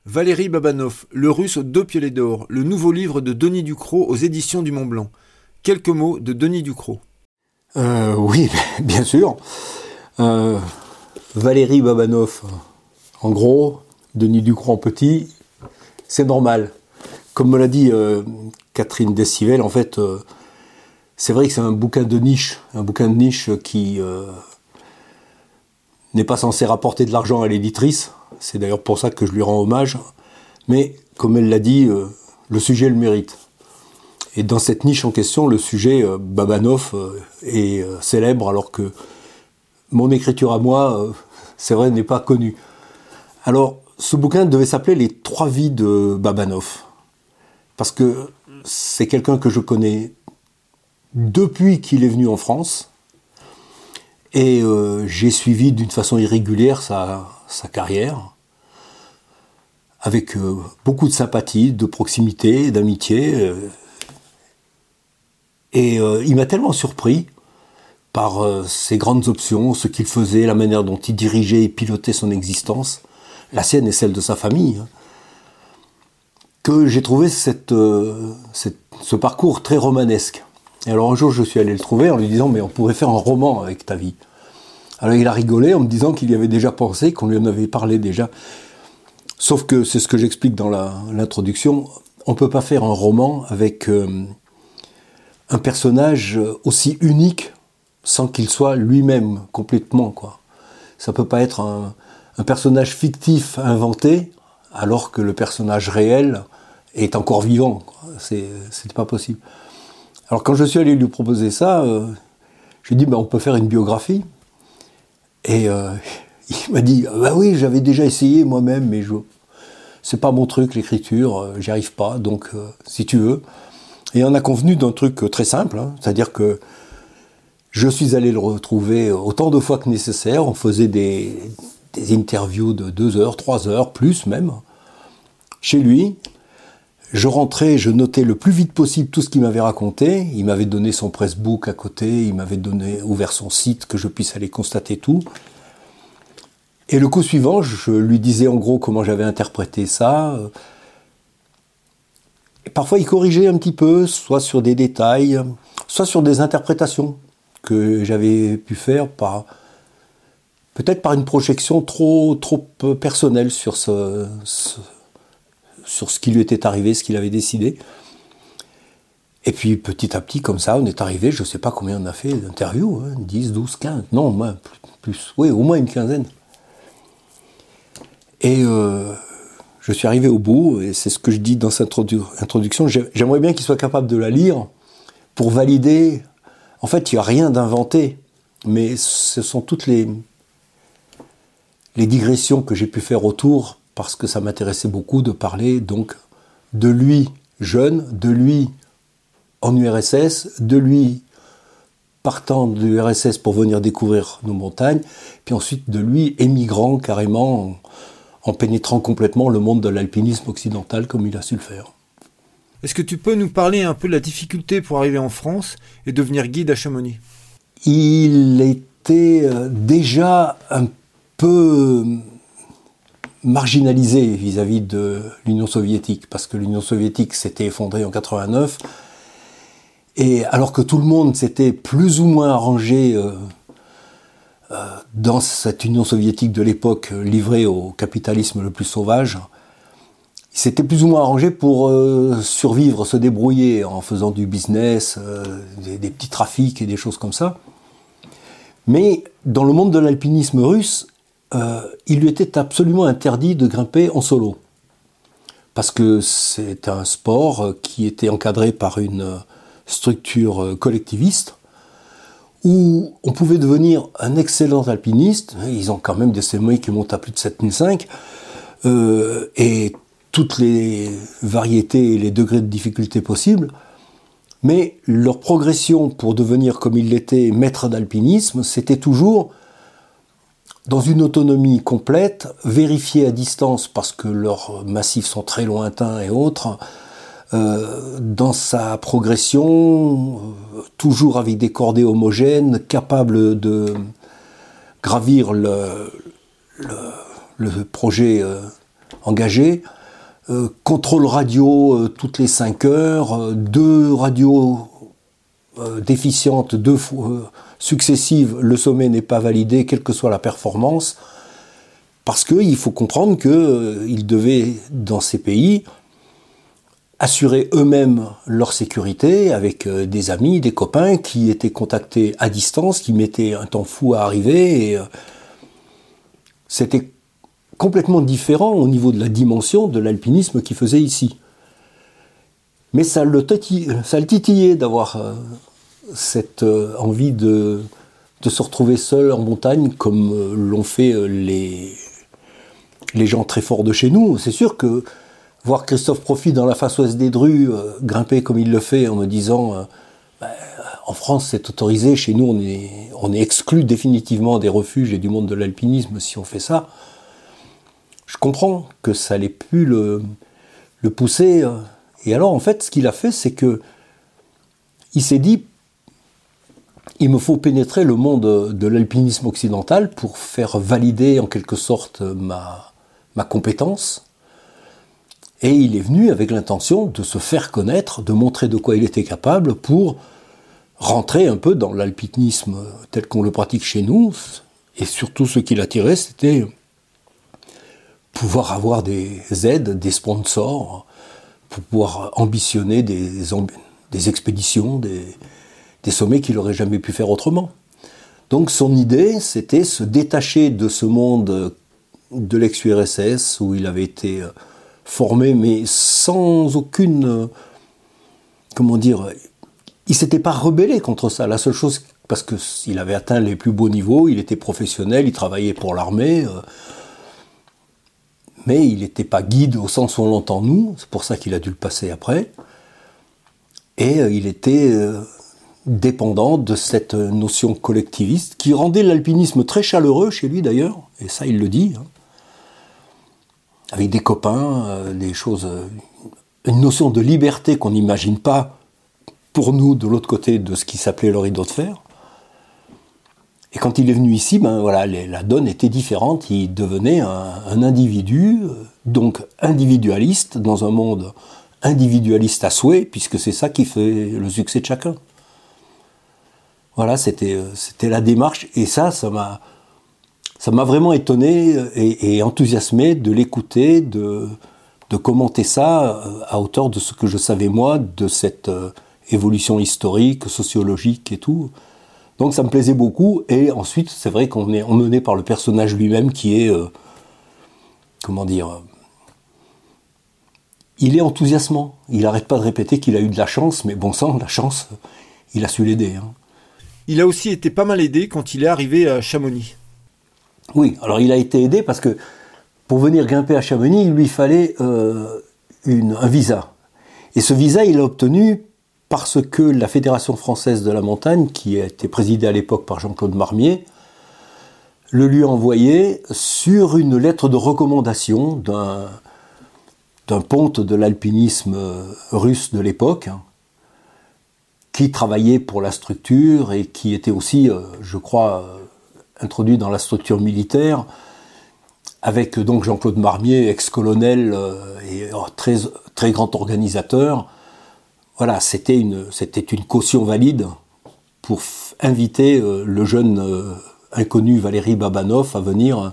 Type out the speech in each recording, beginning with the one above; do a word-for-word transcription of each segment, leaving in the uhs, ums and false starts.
Valérie Babanov, Le Russe aux deux piolets d'or, le nouveau livre de Denis Ducrot aux éditions du Mont Blanc. Quelques mots de Denis Ducrot. Euh, oui, bien sûr. Euh, Valérie Babanov, en gros, Denis Ducrot en petit, c'est normal. Comme me l'a dit euh, Catherine Descivel, en fait, euh, c'est vrai que c'est un bouquin de niche, un bouquin de niche qui euh, n'est pas censé rapporter de l'argent à l'éditrice. C'est d'ailleurs pour ça que je lui rends hommage. Mais, comme elle l'a dit, euh, le sujet le mérite. Et dans cette niche en question, le sujet euh, Babanov euh, est euh, célèbre, alors que mon écriture à moi, euh, c'est vrai, n'est pas connue. Alors, ce bouquin devait s'appeler Les trois vies de Babanov. Parce que c'est quelqu'un que je connais depuis qu'il est venu en France. Et euh, j'ai suivi d'une façon irrégulière sa, sa carrière, avec euh, beaucoup de sympathie, de proximité, d'amitié. Euh, et euh, il m'a tellement surpris par euh, ses grandes options, ce qu'il faisait, la manière dont il dirigeait et pilotait son existence, la sienne et celle de sa famille, hein, que j'ai trouvé cette, euh, cette, ce parcours très romanesque. Et alors un jour, je suis allé le trouver en lui disant « Mais on pourrait faire un roman avec ta vie ». Alors il a rigolé en me disant qu'il y avait déjà pensé, qu'on lui en avait parlé déjà. Sauf que, c'est ce que j'explique dans la, l'introduction, on ne peut pas faire un roman avec euh, un personnage aussi unique sans qu'il soit lui-même complètement, quoi. Ça ne peut pas être un, un personnage fictif inventé alors que le personnage réel est encore vivant, quoi. C'est, c'est pas possible. Alors quand je suis allé lui proposer ça, euh, j'ai dit ben, on peut faire une biographie. Et euh, il m'a dit bah oui, j'avais déjà essayé moi-même, mais je, c'est pas mon truc l'écriture, euh, j'y arrive pas, donc euh, si tu veux. Et on a convenu d'un truc très simple, hein, c'est-à-dire que je suis allé le retrouver autant de fois que nécessaire. On faisait des, des interviews de deux heures, trois heures, plus même, chez lui. Je rentrais, je notais le plus vite possible tout ce qu'il m'avait raconté. Il m'avait donné son pressbook à côté, il m'avait donné, ouvert son site, que je puisse aller constater tout. Et le coup suivant, je lui disais en gros comment j'avais interprété ça. Et parfois, il corrigeait un petit peu, soit sur des détails, soit sur des interprétations que j'avais pu faire par, peut-être par une projection trop, trop personnelle sur ce, ce sur ce qui lui était arrivé, ce qu'il avait décidé. Et puis petit à petit, comme ça, on est arrivé, je ne sais pas combien on a fait d'interviews, hein, dix, douze, quinze, non, moins, plus, oui, au moins une quinzaine. Et euh, je suis arrivé au bout, et c'est ce que je dis dans cette introduction, j'aimerais bien qu'il soit capable de la lire pour valider. En fait, il n'y a rien d'inventé, mais ce sont toutes les, les digressions que j'ai pu faire autour, parce que ça m'intéressait beaucoup de parler donc de lui jeune, de lui en U R S S, de lui partant de l'U R S S pour venir découvrir nos montagnes, puis ensuite de lui émigrant carrément en, en pénétrant complètement le monde de l'alpinisme occidental comme il a su le faire. Est-ce que tu peux nous parler un peu de la difficulté pour arriver en France et devenir guide à Chamonix ? Il était déjà un peu marginalisé vis-à-vis de l'Union soviétique, parce que l'Union soviétique s'était effondrée en quatre-vingt-neuf, et alors que tout le monde s'était plus ou moins arrangé euh, euh, dans cette Union soviétique de l'époque, livrée au capitalisme le plus sauvage, il s'était plus ou moins arrangé pour euh, survivre, se débrouiller en faisant du business, euh, des, des petits trafics et des choses comme ça. Mais dans le monde de l'alpinisme russe, Euh, il lui était absolument interdit de grimper en solo. Parce que c'est un sport qui était encadré par une structure collectiviste, où on pouvait devenir un excellent alpiniste. Ils ont quand même des sommets qui montent à plus de sept mille cinq, euh, et toutes les variétés et les degrés de difficulté possibles. Mais leur progression pour devenir, comme il l'était, maître d'alpinisme, c'était toujours dans une autonomie complète, vérifiée à distance parce que leurs massifs sont très lointains et autres, euh, dans sa progression, euh, toujours avec des cordées homogènes, capable de gravir le, le, le projet euh, engagé. Euh, contrôle radio euh, toutes les cinq heures, euh, deux radios euh, déficientes, deux fois euh, successives, le sommet n'est pas validé, quelle que soit la performance, parce qu'il faut comprendre qu'ils euh, devaient, dans ces pays, assurer eux-mêmes leur sécurité avec euh, des amis, des copains qui étaient contactés à distance, qui mettaient un temps fou à arriver, et euh, c'était complètement différent au niveau de la dimension de l'alpinisme qu'il faisait ici. Mais ça le, tati- ça le titillait d'avoir euh, cette euh, envie de, de se retrouver seul en montagne comme euh, l'ont fait euh, les, les gens très forts de chez nous. C'est sûr que voir Christophe Profit dans la face ouest des Drues euh, grimper comme il le fait en me disant euh, bah, en France c'est autorisé, chez nous on est, on est exclu définitivement des refuges et du monde de l'alpinisme si on fait ça. Je comprends que ça n'allait plus le, le pousser. Et alors, en fait, ce qu'il a fait, c'est que il s'est dit, il me faut pénétrer le monde de l'alpinisme occidental pour faire valider, en quelque sorte, ma, ma compétence. Et il est venu avec l'intention de se faire connaître, de montrer de quoi il était capable pour rentrer un peu dans l'alpinisme tel qu'on le pratique chez nous. Et surtout, ce qui l'attirait, c'était pouvoir avoir des aides, des sponsors, pour pouvoir ambitionner des, des expéditions, des, des sommets qu'il n'aurait jamais pu faire autrement. Donc son idée, c'était se détacher de ce monde de l'ex-U R S S, où il avait été formé, mais sans aucune... Comment dire... Il ne s'était pas rebellé contre ça. La seule chose, parce qu'il avait atteint les plus beaux niveaux, il était professionnel, il travaillait pour l'armée... mais il n'était pas guide au sens où on l'entend nous, c'est pour ça qu'il a dû le passer après, et euh, il était euh, dépendant de cette notion collectiviste qui rendait l'alpinisme très chaleureux chez lui d'ailleurs, et ça il le dit, hein, avec des copains, euh, des choses, euh, une notion de liberté qu'on n'imagine pas pour nous de l'autre côté de ce qui s'appelait le rideau de fer. Et quand il est venu ici, ben voilà, les, la donne était différente. Il devenait un, un individu, donc individualiste, dans un monde individualiste à souhait, puisque c'est ça qui fait le succès de chacun. Voilà, c'était, c'était la démarche. Et ça, ça m'a, ça m'a vraiment étonné et, et enthousiasmé de l'écouter, de, de commenter ça à hauteur de ce que je savais moi, de cette évolution historique, sociologique et tout. Donc ça me plaisait beaucoup, et ensuite c'est vrai qu'on est emmené par le personnage lui-même qui est, euh, comment dire, euh, il est enthousiasmant, il n'arrête pas de répéter qu'il a eu de la chance, mais bon sang, la chance, il a su l'aider. Hein. Il a aussi été pas mal aidé quand il est arrivé à Chamonix. Oui, alors il a été aidé parce que pour venir grimper à Chamonix, il lui fallait euh, une, un visa. Et ce visa, il l'a obtenu parce que la Fédération française de la montagne, qui était présidée à l'époque par Jean-Claude Marmier, le lui a envoyé sur une lettre de recommandation d'un, d'un ponte de l'alpinisme russe de l'époque, hein, qui travaillait pour la structure et qui était aussi, euh, je crois, euh, introduit dans la structure militaire, avec donc Jean-Claude Marmier, ex-colonel euh, et oh, très, très grand organisateur. Voilà, c'était une, c'était une caution valide pour f- inviter euh, le jeune euh, inconnu Valéry Babanov à venir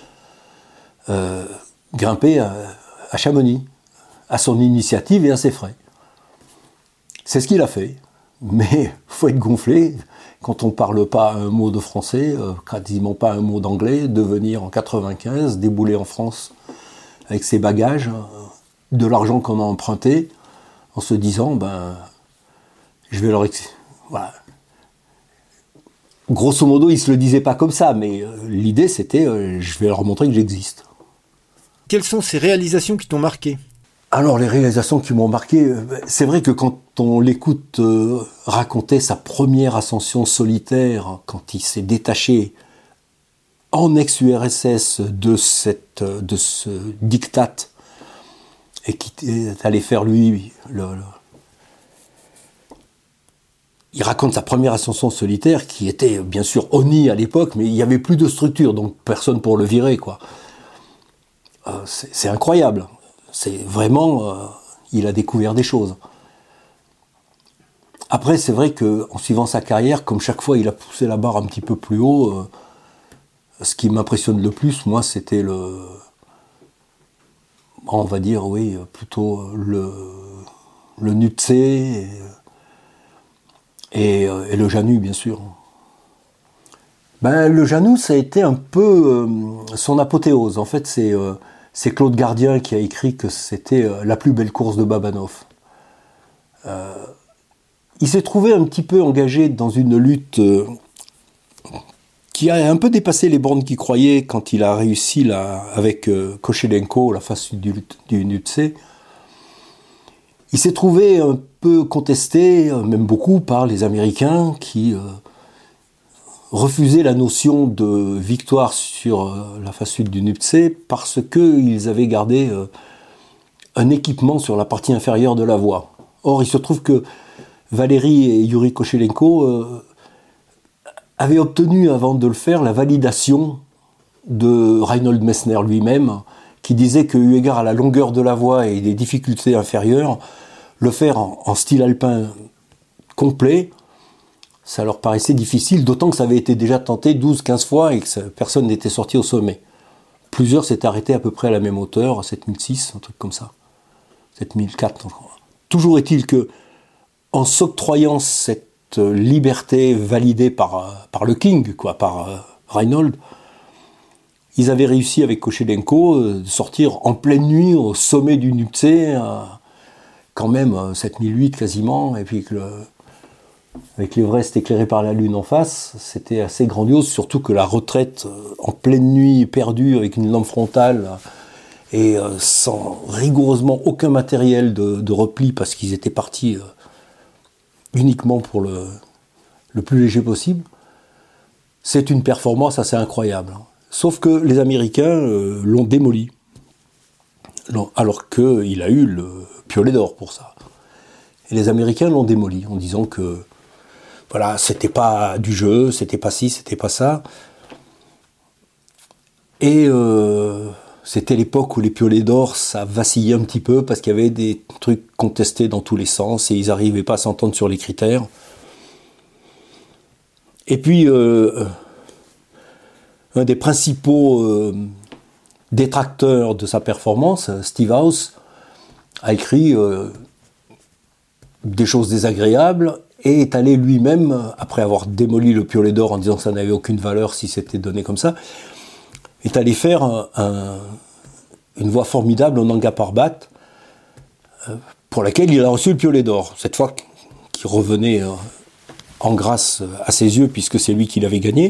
euh, grimper à, à Chamonix, à son initiative et à ses frais. C'est ce qu'il a fait, mais il faut être gonflé quand on ne parle pas un mot de français, euh, quasiment pas un mot d'anglais, de venir en quatre-vingt-quinze, débouler en France avec ses bagages, euh, de l'argent qu'on a emprunté, en se disant, ben, je vais leur... Ex- voilà. Grosso modo, il ne se le disait pas comme ça, mais euh, l'idée, c'était, euh, je vais leur montrer que j'existe. Quelles sont ces réalisations qui t'ont marqué ? Alors, les réalisations qui m'ont marqué, euh, c'est vrai que quand on l'écoute euh, raconter sa première ascension solitaire, quand il s'est détaché en ex-U R S S de, cette, de ce diktat, et qui est allé faire lui, le, le... il raconte sa première ascension solitaire, qui était bien sûr Oni à l'époque, mais il n'y avait plus de structure, donc personne pour le virer, quoi. euh, c'est, c'est incroyable. C'est vraiment, euh, il a découvert des choses. Après, c'est vrai qu'en suivant sa carrière, comme chaque fois il a poussé la barre un petit peu plus haut, euh, ce qui m'impressionne le plus, moi, c'était le... On va dire, oui, plutôt le, le Nutse et, et, et le Janus, bien sûr. Ben, le Janus, ça a été un peu euh, son apothéose. En fait, c'est, euh, c'est Claude Gardien qui a écrit que c'était euh, la plus belle course de Babanov. Euh, il s'est trouvé un petit peu engagé dans une lutte euh, qui a un peu dépassé les bornes qu'il croyait quand il a réussi là, avec euh, Kochelenko, la face du, du Nutse. Il s'est trouvé un peu contesté, même beaucoup, par les Américains qui euh, refusaient la notion de victoire sur euh, la face sud du Nutse parce qu'ils avaient gardé euh, un équipement sur la partie inférieure de la voie. Or, il se trouve que Valéry et Yuri Kochelenko euh, avaient obtenu, avant de le faire, la validation de Reinhold Messner lui-même, qui disait que, eu égard à la longueur de la voie et les difficultés inférieures, le faire en, en style alpin complet, ça leur paraissait difficile, d'autant que ça avait été déjà tenté douze quinze fois et que ça, personne n'était sorti au sommet. Plusieurs s'étaient arrêtés à peu près à la même hauteur, à sept mille six, un truc comme ça. sept mille quatre, je crois. Toujours est-il que, en s'octroyant cette liberté validée par, par le King, quoi, par euh, Reinhold, ils avaient réussi avec Kochelenko euh, de sortir en pleine nuit au sommet du Nutse, euh, quand même euh, sept mille huit quasiment, et puis que le, avec l'Everest éclairé par la lune en face, c'était assez grandiose, surtout que la retraite euh, en pleine nuit perdue avec une lampe frontale euh, et euh, sans rigoureusement aucun matériel de, de repli parce qu'ils étaient partis euh, uniquement pour le, le plus léger possible, c'est une performance assez incroyable. Sauf que les Américains euh, l'ont démoli, alors qu'il a eu le piolet d'or pour ça. Et les Américains l'ont démoli en disant que voilà, c'était pas du jeu, c'était pas ci, c'était pas ça. Et euh, c'était l'époque où les piolets d'or, ça vacillait un petit peu parce qu'il y avait des trucs contestés dans tous les sens et ils n'arrivaient pas à s'entendre sur les critères. Et puis, euh, un des principaux euh, détracteurs de sa performance, Steve House, a écrit euh, des choses désagréables et est allé lui-même, après avoir démoli le piolet d'or en disant que ça n'avait aucune valeur si c'était donné comme ça, est allé faire un, un, une voie formidable au Nanga Parbat, euh, pour laquelle il a reçu le piolet d'or, cette fois qui revenait euh, en grâce à ses yeux, puisque c'est lui qui l'avait gagné.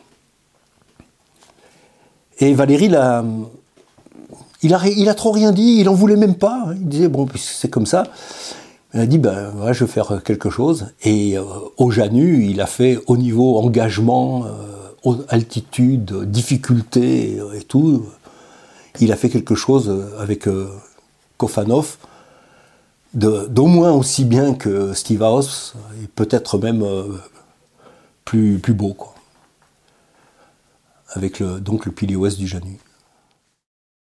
Et Valéry, l'a, il, a, il a trop rien dit, il en voulait même pas, il disait, bon, c'est comme ça. Il a dit, ben, ouais, je vais faire quelque chose. Et euh, au Janus, il a fait au niveau engagement, euh, altitude, difficulté et tout. Il a fait quelque chose avec euh, Kofanov, de, d'au moins aussi bien que Steve House, et peut-être même euh, plus, plus beau, quoi. Avec le, donc le pilier ouest du Janus.